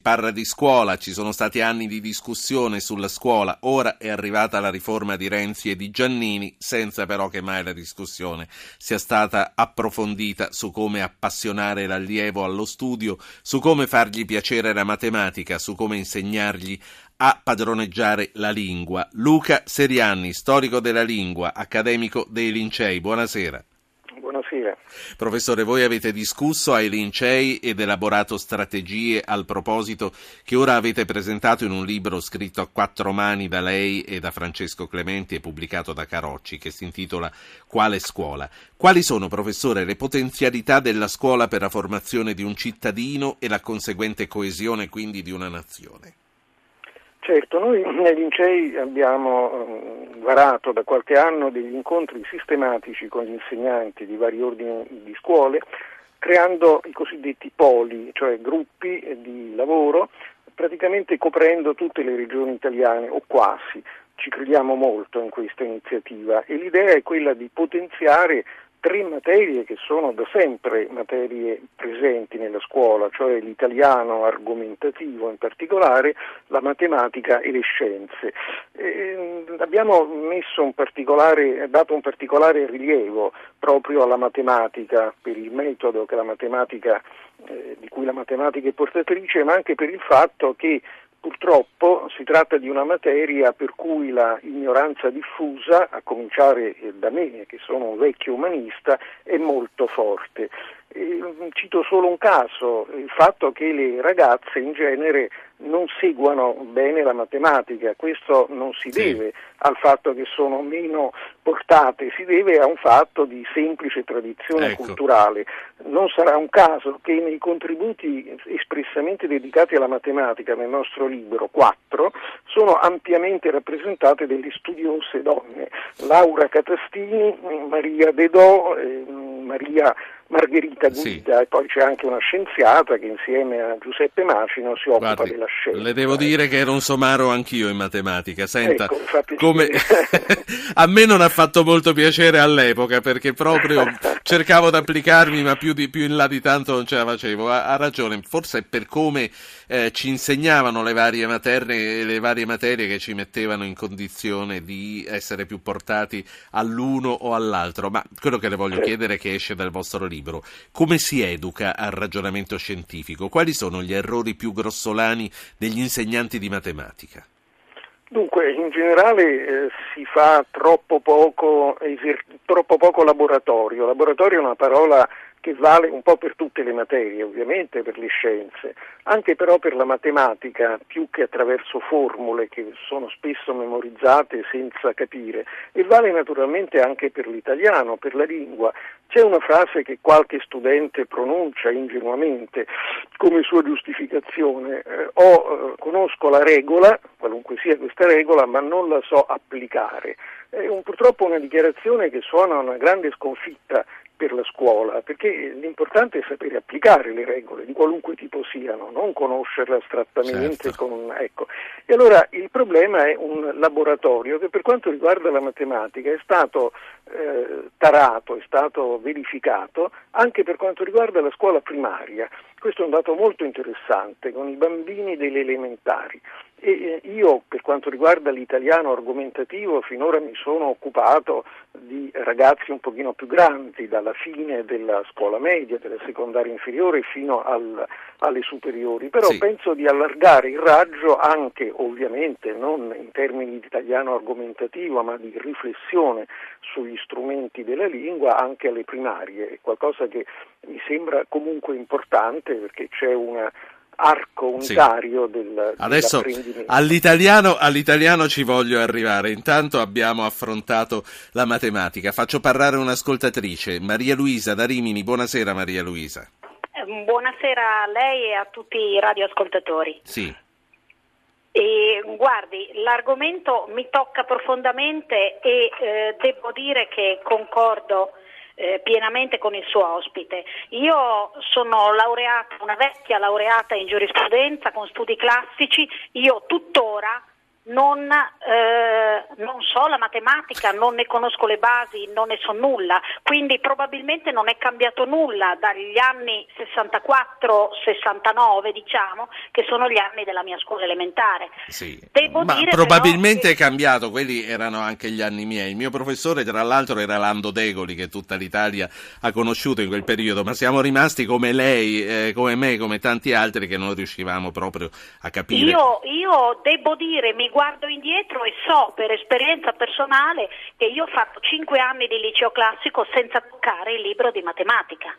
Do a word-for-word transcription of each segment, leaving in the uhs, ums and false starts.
Parla di scuola, ci sono stati anni di discussione sulla scuola, ora è arrivata la riforma di Renzi e di Giannini, senza però che mai la discussione sia stata approfondita su come appassionare l'allievo allo studio, su come fargli piacere la matematica, su come insegnargli a padroneggiare la lingua. Luca Serianni, storico della lingua, accademico dei Lincei, buonasera. Buonasera. Professore, voi avete discusso ai Lincei ed elaborato strategie al proposito che ora avete presentato in un libro scritto a quattro mani da lei e da Francesco Clementi e pubblicato da Carocci, che si intitola Quale scuola? Quali sono, professore, le potenzialità della scuola per la formazione di un cittadino e la conseguente coesione quindi di una nazione? Certo, noi nei Lincei abbiamo varato da qualche anno degli incontri sistematici con gli insegnanti di vari ordini di scuole, creando i cosiddetti poli, cioè gruppi di lavoro, praticamente coprendo tutte le regioni italiane o quasi. Ci crediamo molto in questa iniziativa e l'idea è quella di potenziare tre materie che sono da sempre materie presenti nella scuola, cioè l'italiano argomentativo in particolare, la matematica e le scienze. E abbiamo messo un particolare, dato un particolare rilievo proprio alla matematica per il metodo che la matematica, eh, di cui la matematica è portatrice, ma anche per il fatto che purtroppo si tratta di una materia per cui la ignoranza diffusa, a cominciare da me, che sono un vecchio umanista, è molto forte. E cito solo un caso, il fatto che le ragazze in genere non seguano bene la matematica. Questo non si sì. deve al fatto che sono meno portate, si deve a un fatto di semplice tradizione ecco. culturale. Non sarà un caso che nei contributi espressamente dedicati alla matematica nel nostro libro, quattro, sono ampiamente rappresentate delle studiose donne: Laura Catastini, Maria Dedò, eh, Maria Margherita Guida, sì. E poi c'è anche una scienziata che insieme a Giuseppe Macino si occupa Guardi, della scienza. Le devo dire che ero un somaro anch'io in matematica. Senta, ecco, come a me non ha fatto molto piacere all'epoca, perché proprio cercavo di applicarmi, ma più, di, più in là di tanto non ce la facevo. Ha, ha ragione, forse è per come eh, ci insegnavano le varie materie, le varie materie che ci mettevano in condizione di essere più portati all'uno o all'altro. Ma quello che le voglio certo. chiedere, che esce dal vostro libro, come si educa al ragionamento scientifico? Quali sono gli errori più grossolani degli insegnanti di matematica? Dunque, in generale eh, si fa troppo poco, eser- troppo poco laboratorio. Laboratorio è una parola che vale un po' per tutte le materie, ovviamente per le scienze, anche però per la matematica, più che attraverso formule che sono spesso memorizzate senza capire, e vale naturalmente anche per l'italiano, per la lingua. C'è una frase che qualche studente pronuncia ingenuamente come sua giustificazione: eh, ho, eh, conosco la regola, qualunque sia questa regola, ma non la so applicare. È un, purtroppo una dichiarazione che suona una grande sconfitta per la scuola, perché l'importante è sapere applicare le regole di qualunque tipo siano, non conoscerle astrattamente. Certo. Con, ecco. E allora il problema è un laboratorio che per quanto riguarda la matematica è stato eh, tarato, è stato verificato anche per quanto riguarda la scuola primaria. Questo è un dato molto interessante, con i bambini delle elementari. E io, per quanto riguarda l'italiano argomentativo, finora mi sono occupato di ragazzi un pochino più grandi, dalla fine della scuola media, della secondaria inferiore fino al, alle superiori, però sì. penso di allargare il raggio anche, ovviamente, non in termini di italiano argomentativo, ma di riflessione sugli strumenti della lingua anche alle primarie. È qualcosa che mi sembra comunque importante, perché c'è una arco unitario sì. del, Adesso all'italiano, all'italiano ci voglio arrivare. Intanto abbiamo affrontato la matematica. Faccio parlare un'ascoltatrice, Maria Luisa da Rimini. Buonasera Maria Luisa. Buonasera a lei e a tutti i radioascoltatori. Sì. E, guardi, l'argomento mi tocca profondamente e eh, devo dire che concordo Eh, pienamente con il suo ospite. Io sono laureata, una vecchia laureata in giurisprudenza con studi classici. Io tuttora Non, eh, non so la matematica, non ne conosco le basi, non ne so nulla, quindi probabilmente non è cambiato nulla dagli anni sessantaquattro sessantanove, diciamo, che sono gli anni della mia scuola elementare. Sì, Devo ma dire probabilmente però è cambiato, quelli erano anche gli anni miei. Il mio professore, tra l'altro, era Lando Degoli, che tutta l'Italia ha conosciuto in quel periodo, ma siamo rimasti come lei, eh, come me, come tanti altri, che non riuscivamo proprio a capire. Io, io devo dire, mi guardo indietro e so per esperienza personale che io ho fatto cinque anni di liceo classico senza toccare il libro di matematica.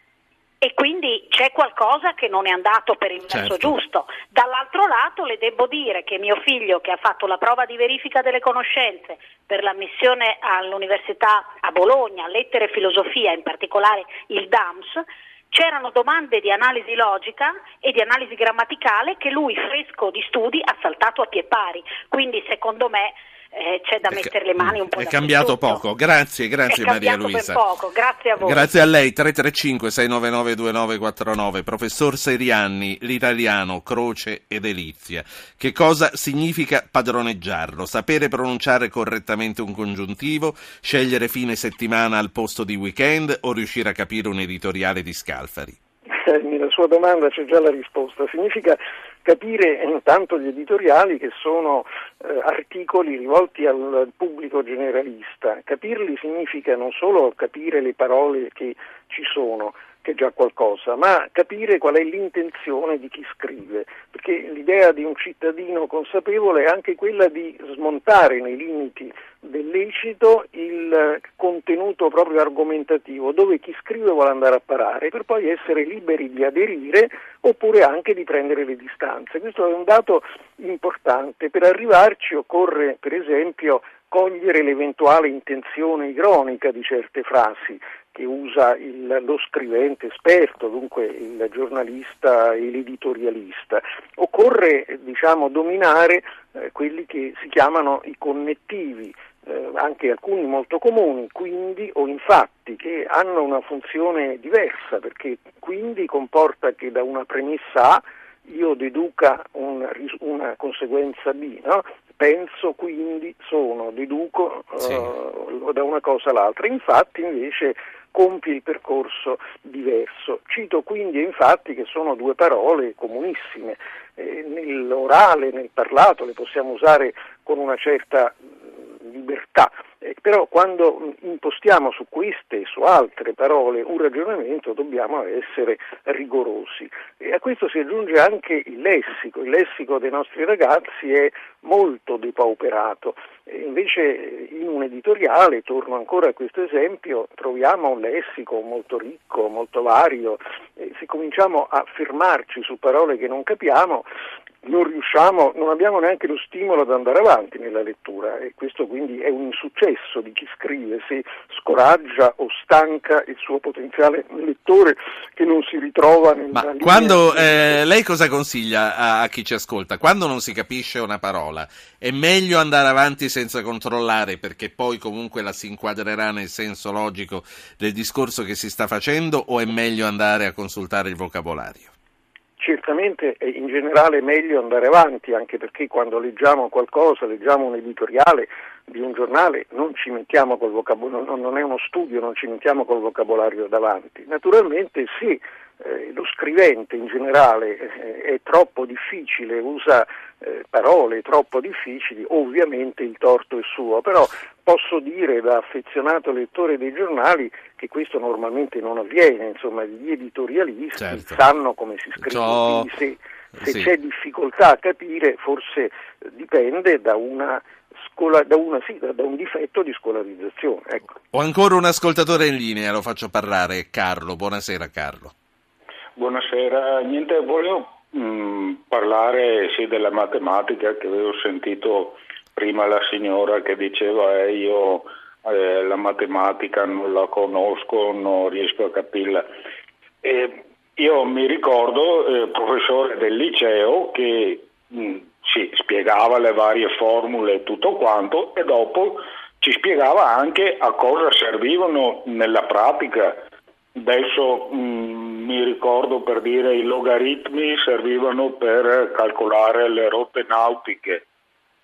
E quindi c'è qualcosa che non è andato per il verso Certo. giusto. Dall'altro lato le devo dire che mio figlio, che ha fatto la prova di verifica delle conoscenze per l'ammissione all'università a Bologna, lettere e filosofia, in particolare il D A M S, c'erano domande di analisi logica e di analisi grammaticale che lui, fresco di studi, ha saltato a pie pari. Quindi secondo me eh, c'è da mettere le mani un po' È dappertutto. cambiato poco. Grazie, grazie È Maria cambiato Luisa. ben poco, grazie a voi. Grazie a lei. tre tre cinque sei nove nove due nove quattro nove. Professor Serianni, l'italiano, croce e delizia. Che cosa significa padroneggiarlo? Sapere pronunciare correttamente un congiuntivo, scegliere fine settimana al posto di weekend o riuscire a capire un editoriale di Scalfari? Nella sua domanda c'è già la risposta. Significa capire intanto gli editoriali, che sono eh, articoli rivolti al pubblico generalista. Capirli significa non solo capire le parole che ci sono, che è già qualcosa, ma capire qual è l'intenzione di chi scrive, perché l'idea di un cittadino consapevole è anche quella di smontare nei limiti del lecito il contenuto proprio argomentativo, dove chi scrive vuole andare a parare, per poi essere liberi di aderire oppure anche di prendere le distanze. Questo è un dato importante. Per arrivarci occorre, per esempio, cogliere l'eventuale intenzione ironica di certe frasi che usa il, lo scrivente esperto, dunque il giornalista e l'editorialista. Occorre, diciamo, dominare eh, quelli che si chiamano i connettivi, eh, anche alcuni molto comuni, quindi o infatti, che hanno una funzione diversa, perché quindi comporta che da una premessa A io deduca un, una conseguenza B, no? Penso, quindi sono, deduco Sì. uh, da una cosa all'altra. Infatti invece compie il percorso diverso. Cito quindi e infatti, che sono due parole comunissime. Eh, nell'orale, nel parlato le possiamo usare con una certa libertà, eh, però quando impostiamo su queste e su altre parole un ragionamento dobbiamo essere rigorosi. E a questo si aggiunge anche il lessico. Il lessico dei nostri ragazzi è molto depauperato. E invece in un editoriale, torno ancora a questo esempio, troviamo un lessico molto ricco, molto vario. E se cominciamo a fermarci su parole che non capiamo, non riusciamo, non abbiamo neanche lo stimolo ad andare avanti nella lettura, e questo quindi è un insuccesso di chi scrive, se scoraggia o stanca il suo potenziale lettore che non si ritrova nella Ma linea. quando eh, lei cosa consiglia a, a chi ci ascolta? Quando non si capisce una parola, è meglio andare avanti senza controllare, perché poi comunque la si inquadrerà nel senso logico del discorso che si sta facendo, o è meglio andare a consultare il vocabolario? Certamente è in generale meglio andare avanti, anche perché quando leggiamo qualcosa, leggiamo un editoriale di un giornale, non ci mettiamo col vocabolario, non è uno studio, non ci mettiamo col vocabolario davanti. Naturalmente sì, eh, lo scrivente in generale eh, è troppo difficile, usa eh, parole troppo difficili, ovviamente il torto è suo, però posso dire da affezionato lettore dei giornali che questo normalmente non avviene, insomma gli editorialisti Certo. sanno come si scrive, Ciò... quindi se, se sì. c'è difficoltà a capire forse eh, dipende da una scola, da, una, sì, da, da un difetto di scolarizzazione. Ecco. Ho ancora un ascoltatore in linea, lo faccio parlare, Carlo. Buonasera Carlo. Buonasera, niente, volevo mh, parlare sì della matematica, che avevo sentito prima la signora che diceva eh, io eh, la matematica non la conosco, non riesco a capirla. E io mi ricordo eh, professore del liceo che mh, sì, spiegava le varie formule e tutto quanto, e dopo ci spiegava anche a cosa servivano nella pratica. Adesso mh, mi ricordo, per dire, i logaritmi servivano per calcolare le rotte nautiche,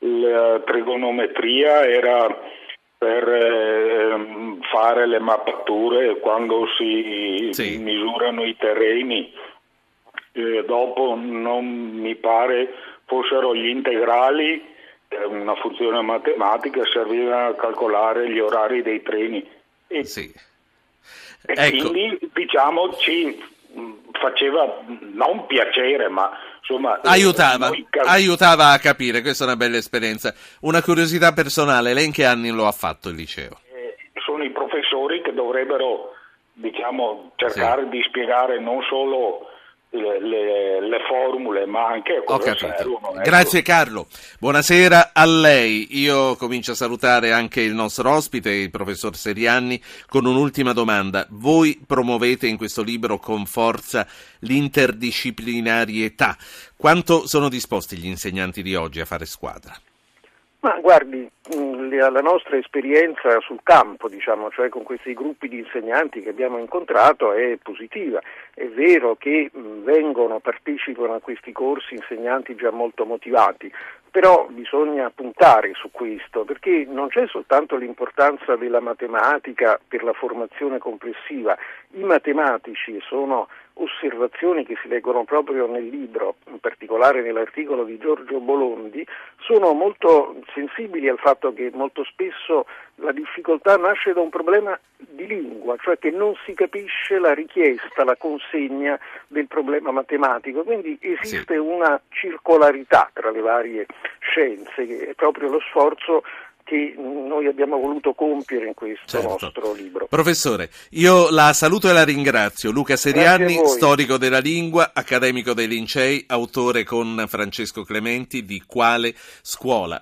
la trigonometria era per eh, fare le mappature quando si sì. misurano i terreni, eh, dopo non mi pare fossero gli integrali, una funzione matematica, serviva a calcolare gli orari dei treni e, sì. e ecco. quindi diciamo ci faceva non piacere ma insomma aiutava, noi... aiutava a capire. Questa è una bella esperienza. Una curiosità personale, lei in che anni lo ha fatto il liceo? Eh, sono i professori che dovrebbero diciamo cercare sì. di spiegare non solo Le, le, le formule ma anche ho capito. Servono, ecco. Grazie Carlo, buonasera a lei. Io comincio a salutare anche il nostro ospite, il professor Serianni, con un'ultima domanda. Voi promuovete in questo libro con forza l'interdisciplinarietà. Quanto sono disposti gli insegnanti di oggi a fare squadra? Ma guardi, la nostra esperienza sul campo, diciamo, cioè con questi gruppi di insegnanti che abbiamo incontrato è positiva. È vero che vengono, partecipano a questi corsi insegnanti già molto motivati, però bisogna puntare su questo, perché non c'è soltanto l'importanza della matematica per la formazione complessiva. I matematici sono osservazioni che si leggono proprio nel libro, in particolare nell'articolo di Giorgio Bolondi, sono molto sensibili al fatto che molto spesso la difficoltà nasce da un problema di lingua, cioè che non si capisce la richiesta, la consegna del problema matematico, quindi esiste sì. una circolarità tra le varie scienze, che è proprio lo sforzo che noi abbiamo voluto compiere in questo certo. nostro libro. Professore, io la saluto e la ringrazio. Luca Serianni, storico della lingua, accademico dei Lincei, autore con Francesco Clementi di Quale scuola?